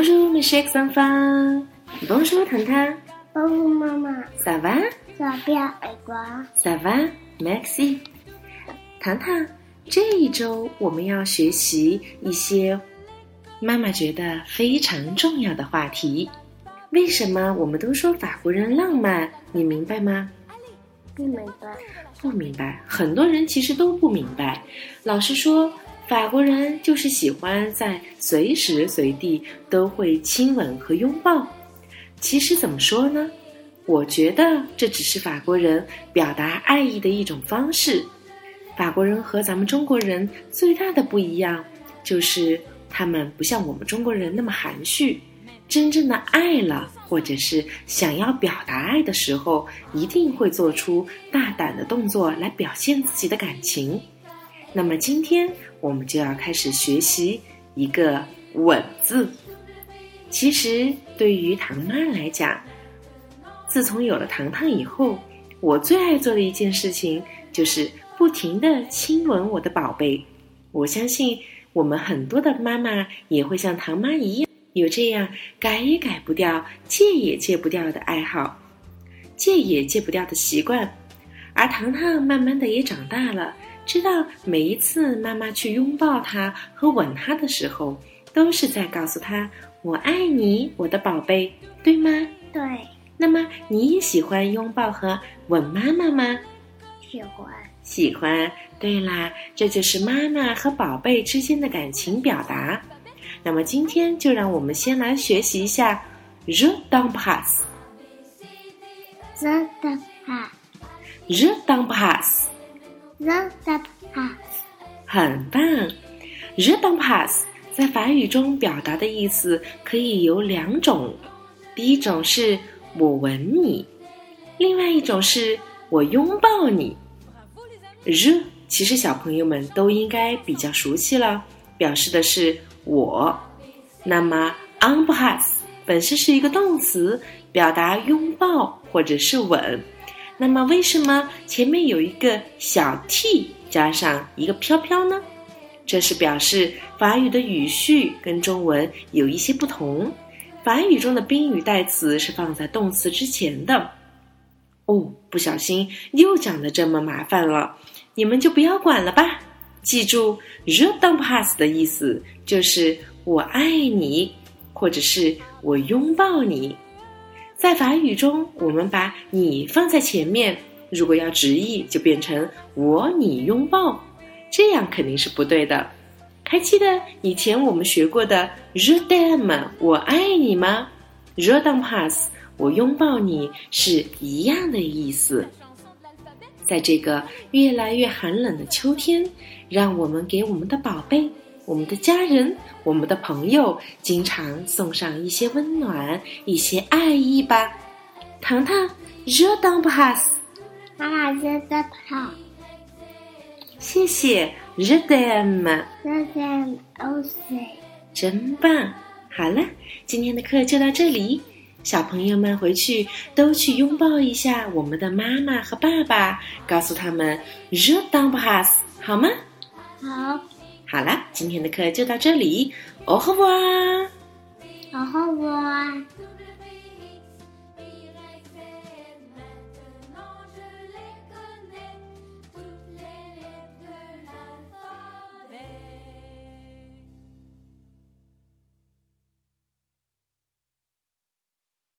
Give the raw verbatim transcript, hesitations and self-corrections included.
Bonjour mes chers enfants. Bonjour 糖糖。 Bonjour 妈妈。 Ça va? Ça va et toi? Ça va, merci. 糖糖，这一周我们要学习一些妈妈觉得非常重要的话题。为什么我们都说法国人浪漫？你明白吗？ 不明白。 不明白，很多人其实都不明白。老师说，法国人就是喜欢在随时随地都会亲吻和拥抱。其实怎么说呢？我觉得这只是法国人表达爱意的一种方式。法国人和咱们中国人最大的不一样，就是他们不像我们中国人那么含蓄。真正的爱了，或者是想要表达爱的时候，一定会做出大胆的动作来表现自己的感情。那么今天我们就要开始学习一个吻字。其实对于糖妈来讲，自从有了糖糖以后，我最爱做的一件事情就是不停地亲吻我的宝贝。我相信我们很多的妈妈也会像糖妈一样，有这样改也改不掉，戒也戒不掉的爱好，戒也戒不掉的习惯。而糖糖慢慢的也长大了，知道每一次妈妈去拥抱她和吻她的时候，都是在告诉她我爱你，我的宝贝，对吗？ 对。 那么你也喜欢拥抱和吻妈妈吗？ 喜欢。 喜欢。对啦，这就是妈妈和宝贝之间的感情表达。那么今天就让我们先来学习一下 Je t'embrasse。 Je t'embrasse。 Je t'embrasse。 Je t'embrasse。 很棒。 Je t'embrasse 在法语中表达的意思可以有两种，第一种是我吻你，另外一种是我拥抱你。 Je 其实小朋友们都应该比较熟悉了，表示的是我。那么 embrasse 本身是一个动词，表达拥抱或者是吻。那么为什么前面有一个小 t 加上一个飘飘呢？这是表示法语的语序跟中文有一些不同。法语中的宾语代词是放在动词之前的。哦，不小心又讲得这么麻烦了，你们就不要管了吧。记住 Je t'embrasse 的意思就是我爱你，或者是我拥抱你。在法语中，我们把你放在前面，如果要直译就变成我你拥抱，这样肯定是不对的。还记得以前我们学过的 Je t'aime 我爱你吗？ Je t'embrasse 我拥抱你是一样的意思。在这个越来越寒冷的秋天，让我们给我们的宝贝、我们的家人、我们的朋友经常送上一些温暖、一些爱意吧。糖糖 Je t'embrasse。 妈妈 Je t'embrasse。 谢谢 Je t'aime。 Je t'aime aussi。 真棒。好了，今天的课就到这里，小朋友们回去都去拥抱一下我们的妈妈和爸爸，告诉他们 Je t'embrasse， 好吗？ 好。 好了，今天的课就到这里，Au revoir。 Au revoir。